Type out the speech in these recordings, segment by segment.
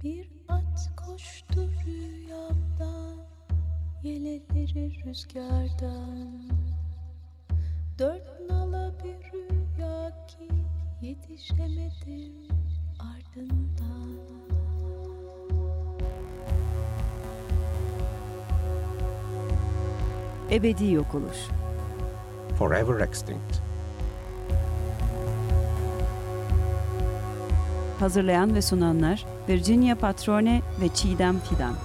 Bir at koştu rüyamda, yeleleri rüzgardan. Dört nala bir rüya ki yetişemedim ardından. Ebedi yok oluş. Forever extinct. Hazırlayan ve sunanlar Virginia Patrone ve Çiğdem Fidan.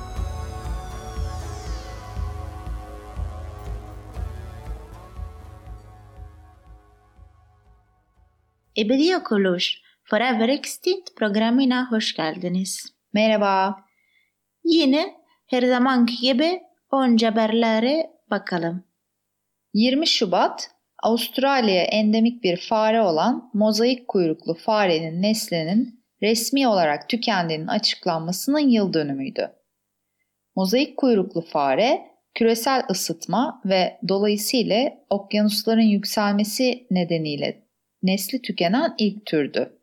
Ebedi Yok Oluş, Forever Extinct programına hoş geldiniz. Merhaba. Yine her zamanki gibi önce haberlere bakalım. 20 Şubat, Avustralya'ya endemik bir fare olan mozaik kuyruklu farenin neslinin resmi olarak tükendiğinin açıklanmasının yıl dönümüydü. Mozaik kuyruklu fare, küresel ısıtma ve dolayısıyla okyanusların yükselmesi nedeniyle nesli tükenen ilk türdü.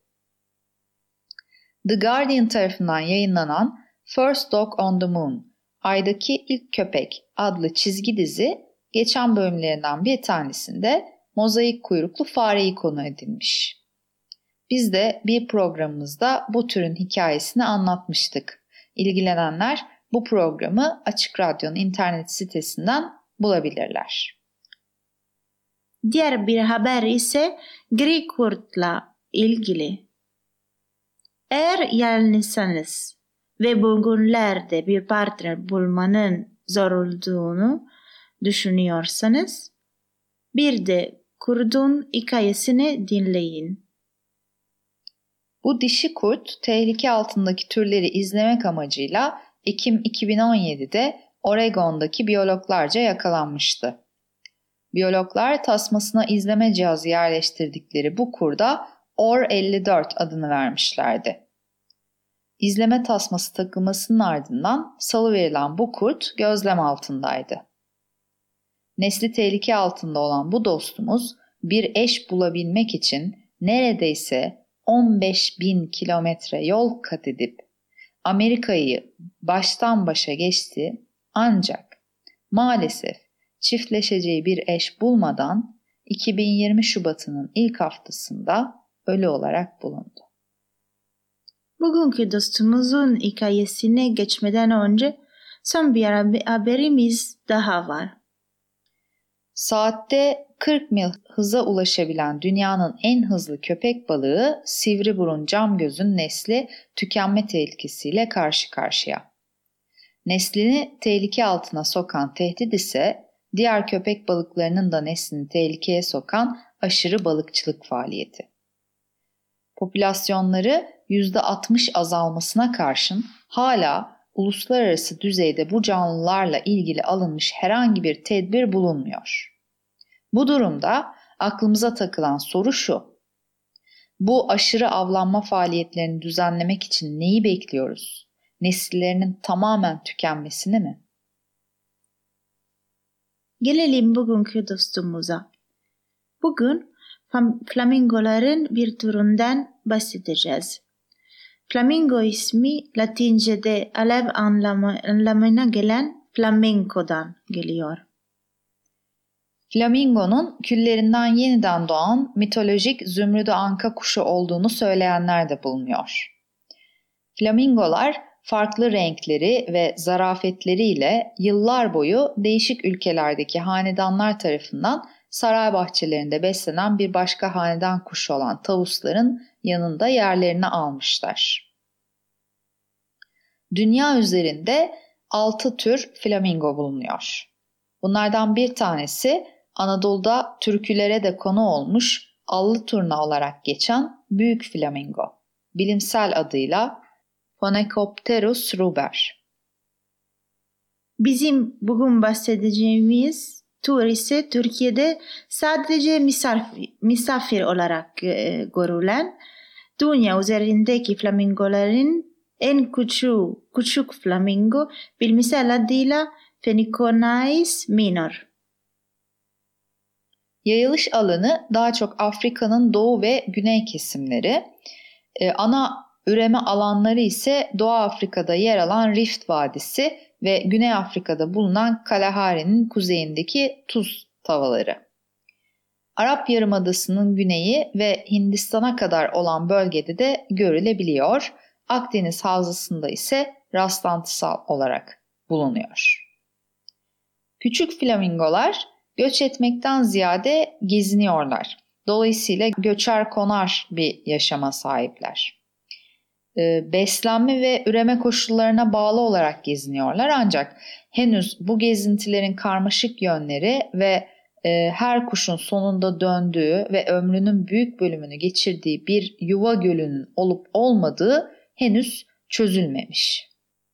The Guardian tarafından yayınlanan First Dog on the Moon, Ay'daki İlk Köpek adlı çizgi dizi, geçen bölümlerinden bir tanesinde mozaik kuyruklu fareyi konu edilmiş. Biz de bir programımızda bu türün hikayesini anlatmıştık. İlgilenenler bu programı Açık Radyo'nun internet sitesinden bulabilirler. Diğer bir haber ise gri kurtla ilgili. Eğer yalnızsanız ve bugünlerde bir partner bulmanın zor olduğunu düşünüyorsanız, bir de kurdun hikayesini dinleyin. Bu dişi kurt, tehlike altındaki türleri izlemek amacıyla Ekim 2017'de Oregon'daki biyologlarca yakalanmıştı. Biyologlar tasmasına izleme cihazı yerleştirdikleri bu kurda OR54 adını vermişlerdi. İzleme tasması takılmasının ardından salıverilen bu kurt gözlem altındaydı. Nesli tehlike altında olan bu dostumuz bir eş bulabilmek için neredeyse 15.000 kilometre yol kat edip Amerika'yı baştan başa geçti, ancak maalesef çiftleşeceği bir eş bulmadan 2020 Şubat'ının ilk haftasında ölü olarak bulundu. Bugünkü dostumuzun hikayesine geçmeden önce son bir haberimiz daha var. Saatte 40 mil hıza ulaşabilen dünyanın en hızlı köpek balığı sivriburun camgözün nesli tükenme tehlikesiyle karşı karşıya. Neslini tehlike altına sokan tehdit ise diğer köpek balıklarının da neslini tehlikeye sokan aşırı balıkçılık faaliyeti. Popülasyonları %60 azalmasına karşın hala uluslararası düzeyde bu canlılarla ilgili alınmış herhangi bir tedbir bulunmuyor. Bu durumda aklımıza takılan soru şu: bu aşırı avlanma faaliyetlerini düzenlemek için neyi bekliyoruz? Nesillerinin tamamen tükenmesini mi? Gelelim bugünkü dostumuza. Bugün flamingoların bir türünden bahsedeceğiz. Flamingo ismi Latince'de alev anlamına gelen flamenco'dan geliyor. Flamingonun küllerinden yeniden doğan mitolojik zümrüdü anka kuşu olduğunu söyleyenler de bulunuyor. Flamingolar farklı renkleri ve zarafetleriyle yıllar boyu değişik ülkelerdeki hanedanlar tarafından saray bahçelerinde beslenen bir başka hanedan kuşu olan tavusların yanında yerlerini almışlar. Dünya üzerinde 6 tür flamingo bulunuyor. Bunlardan bir tanesi Anadolu'da türkülere de konu olmuş allı turna olarak geçen büyük flamingo. Bilimsel adıyla Phoenicopterus ruber. Bizim bugün bahsedeceğimiz tür ise Türkiye'de sadece misafir olarak görülen, dünya üzerindeki flamingoların en küçük flamingo, bilimsel adıyla Phoenicopterus minor. Yayılış alanı daha çok Afrika'nın doğu ve güney kesimleri. Ana Üreme alanları ise Doğu Afrika'da yer alan Rift Vadisi ve Güney Afrika'da bulunan Kalahari'nin kuzeyindeki tuz tavaları. Arap Yarımadası'nın güneyi ve Hindistan'a kadar olan bölgede de görülebiliyor. Akdeniz Havzası'nda ise rastlantısal olarak bulunuyor. Küçük flamingolar göç etmekten ziyade geziniyorlar. Dolayısıyla göçer konar bir yaşama sahipler. Beslenme ve üreme koşullarına bağlı olarak geziniyorlar ancak henüz bu gezintilerin karmaşık yönleri ve her kuşun sonunda döndüğü ve ömrünün büyük bölümünü geçirdiği bir yuva gölünün olup olmadığı henüz çözülmemiş.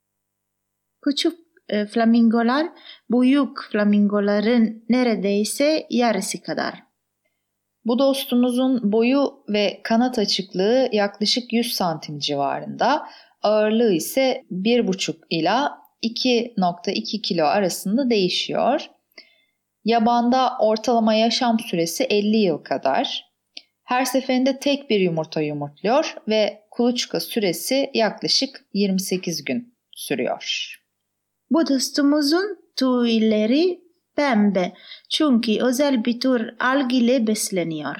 Küçük flamingolar büyük flamingoların neredeyse yarısı kadar. Bu dostumuzun boyu ve kanat açıklığı yaklaşık 100 santim civarında, ağırlığı ise 1,5 ila 2,2 kilo arasında değişiyor. Yabanda ortalama yaşam süresi 50 yıl kadar. Her seferinde tek bir yumurta yumurtluyor ve kuluçka süresi yaklaşık 28 gün sürüyor. Bu dostumuzun tüyleri pembe çünkü özel bir tür alg ile besleniyor.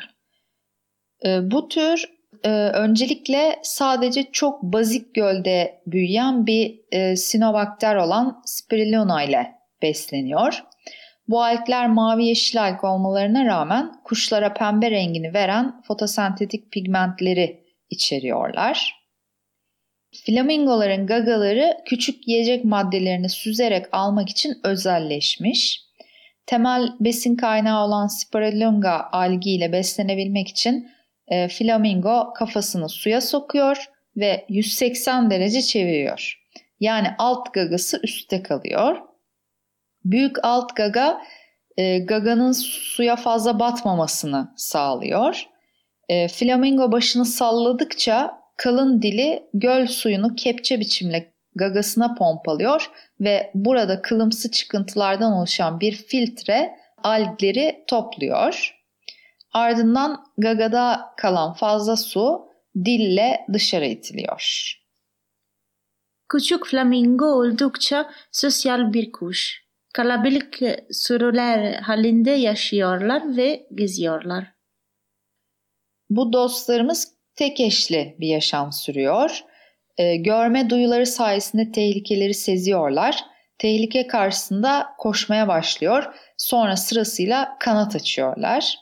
Bu tür öncelikle sadece çok bazik gölde büyüyen bir sinobakter olan Spirulina ile besleniyor. Bu algler mavi yeşil alg olmalarına rağmen kuşlara pembe rengini veren fotosentetik pigmentleri içeriyorlar. Flamingoların gagaları küçük yiyecek maddelerini süzerek almak için özelleşmiş. Temel besin kaynağı olan Spirulina algi ile beslenebilmek için flamingo kafasını suya sokuyor ve 180 derece çeviriyor. Yani alt gagası üstte kalıyor. Büyük alt gaga gaganın suya fazla batmamasını sağlıyor. Flamingo başını salladıkça kalın dili göl suyunu kepçe biçimle gagasına pompalıyor ve burada kılımsı çıkıntılardan oluşan bir filtre algleri topluyor. Ardından gagada kalan fazla su dille dışarı itiliyor. Küçük flamingo oldukça sosyal bir kuş. Kalabalık sürüler halinde yaşıyorlar ve geziyorlar. Bu dostlarımız tek eşli bir yaşam sürüyor. Görme duyuları sayesinde tehlikeleri seziyorlar. Tehlike karşısında koşmaya başlıyor. Sonra sırasıyla kanat açıyorlar.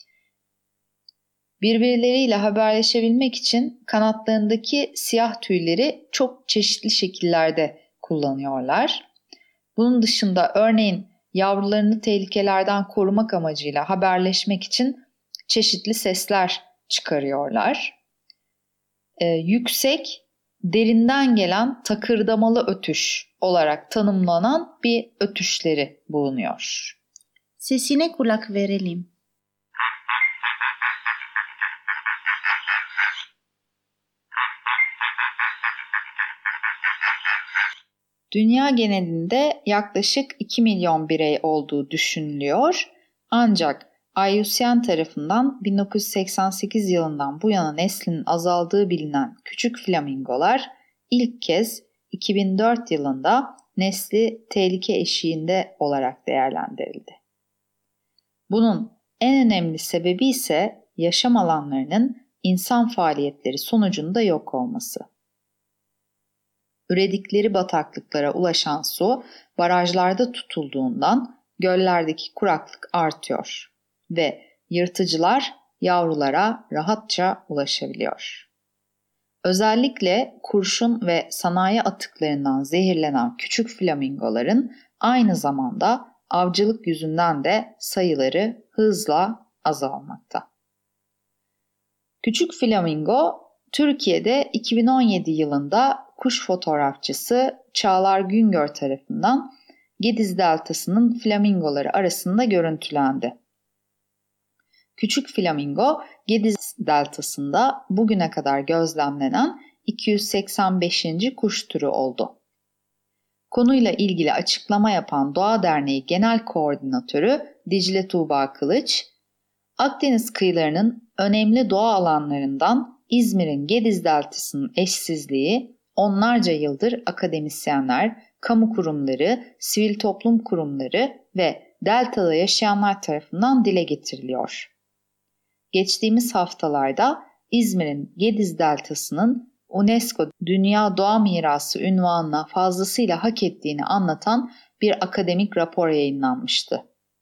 Birbirleriyle haberleşebilmek için kanatlarındaki siyah tüyleri çok çeşitli şekillerde kullanıyorlar. Bunun dışında örneğin yavrularını tehlikelerden korumak amacıyla haberleşmek için çeşitli sesler çıkarıyorlar. Yüksek, derinden gelen takırdamalı ötüş olarak tanımlanan bir ötüşleri bulunuyor. Sesine kulak verelim. Dünya genelinde yaklaşık 2 milyon birey olduğu düşünülüyor. Ancak IUCN tarafından 1988 yılından bu yana neslinin azaldığı bilinen küçük flamingolar ilk kez 2004 yılında nesli tehlike eşiğinde olarak değerlendirildi. Bunun en önemli sebebi ise yaşam alanlarının insan faaliyetleri sonucunda yok olması. Üredikleri bataklıklara ulaşan su barajlarda tutulduğundan göllerdeki kuraklık artıyor ve yırtıcılar yavrulara rahatça ulaşabiliyor. Özellikle kurşun ve sanayi atıklarından zehirlenen küçük flamingoların aynı zamanda avcılık yüzünden de sayıları hızla azalmakta. Küçük flamingo Türkiye'de 2017 yılında kuş fotoğrafçısı Çağlar Güngör tarafından Gediz Deltası'nın flamingoları arasında görüntülendi. Küçük flamingo Gediz Deltası'nda bugüne kadar gözlemlenen 285. kuş türü oldu. Konuyla ilgili açıklama yapan Doğa Derneği Genel Koordinatörü Dicle Tuğba Kılıç, Akdeniz kıyılarının önemli doğa alanlarından İzmir'in Gediz Deltası'nın eşsizliği onlarca yıldır akademisyenler, kamu kurumları, sivil toplum kurumları ve Delta'da yaşayanlar tarafından dile getiriliyor. Geçtiğimiz haftalarda İzmir'in Gediz Deltası'nın UNESCO Dünya Doğa Mirası unvanına fazlasıyla hak ettiğini anlatan bir akademik rapor yayınlanmıştı.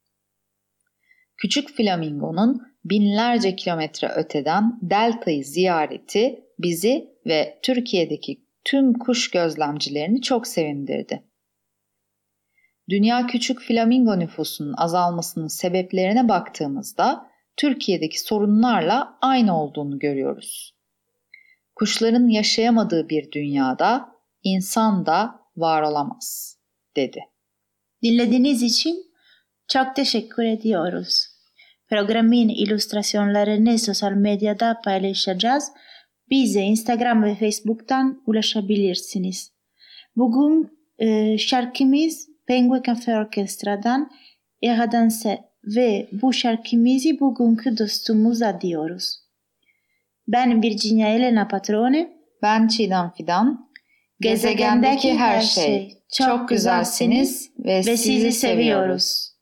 Küçük Flamingo'nun binlerce kilometre öteden Delta'yı ziyareti bizi ve Türkiye'deki tüm kuş gözlemcilerini çok sevindirdi. Dünya küçük flamingo nüfusunun azalmasının sebeplerine baktığımızda Türkiye'deki sorunlarla aynı olduğunu görüyoruz. Kuşların yaşayamadığı bir dünyada insan da var olamaz, dedi. Dinlediğiniz için çok teşekkür ediyoruz. Programın illüstrasyonlarını sosyal medyada paylaşacağız. Bize Instagram ve Facebook'tan ulaşabilirsiniz. Bugün şarkımız Penguin Cafe Orkestra'dan Eradanse ve bu şarkımızı bugünkü dostumuza diyoruz. Ben Virginia Elena Patrone. Ben Çiğdem Fidan. Gezegendeki her şey. Çok güzelsiniz ve sizi seviyoruz.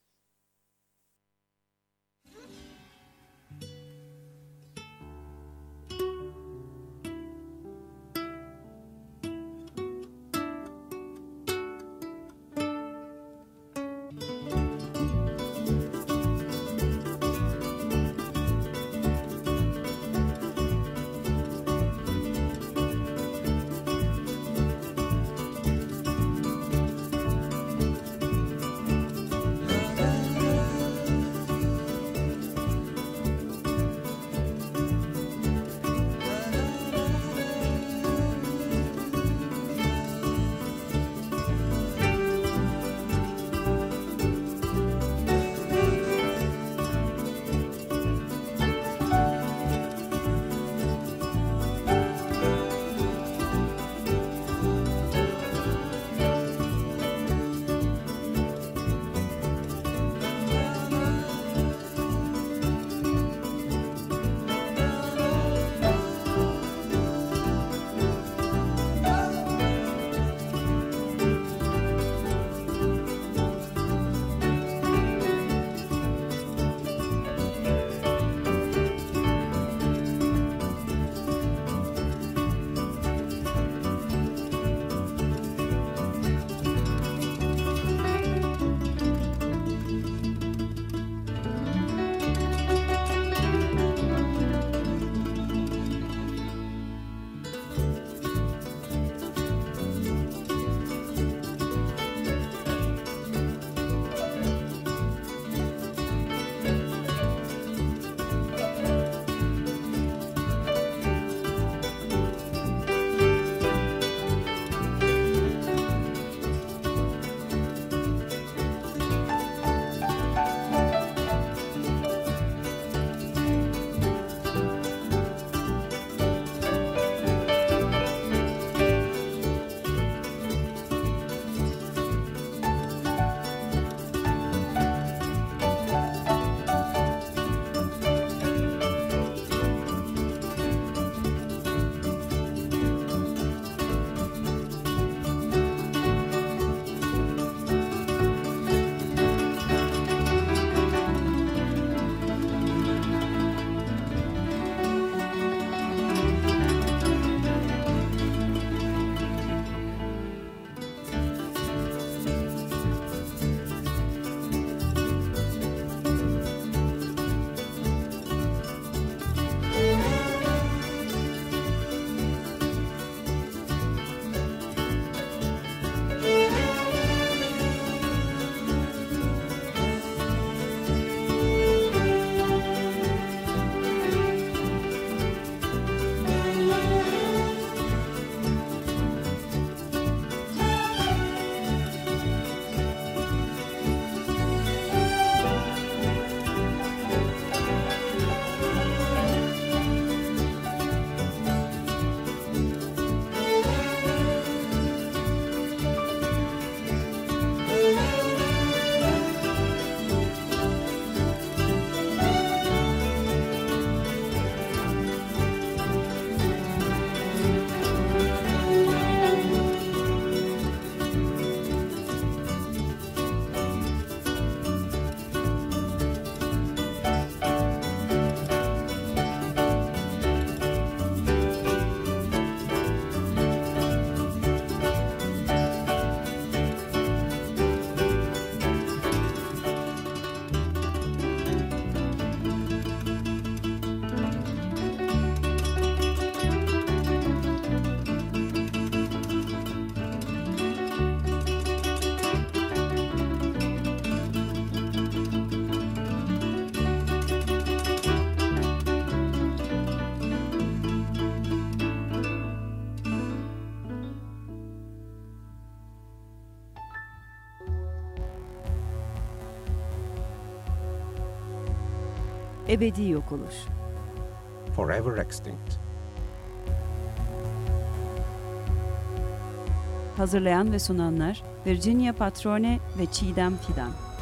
Ebedi yok oluş. Forever extinct. Hazırlayan ve sunanlar Virginia Patrone ve Çiğdem Fidan.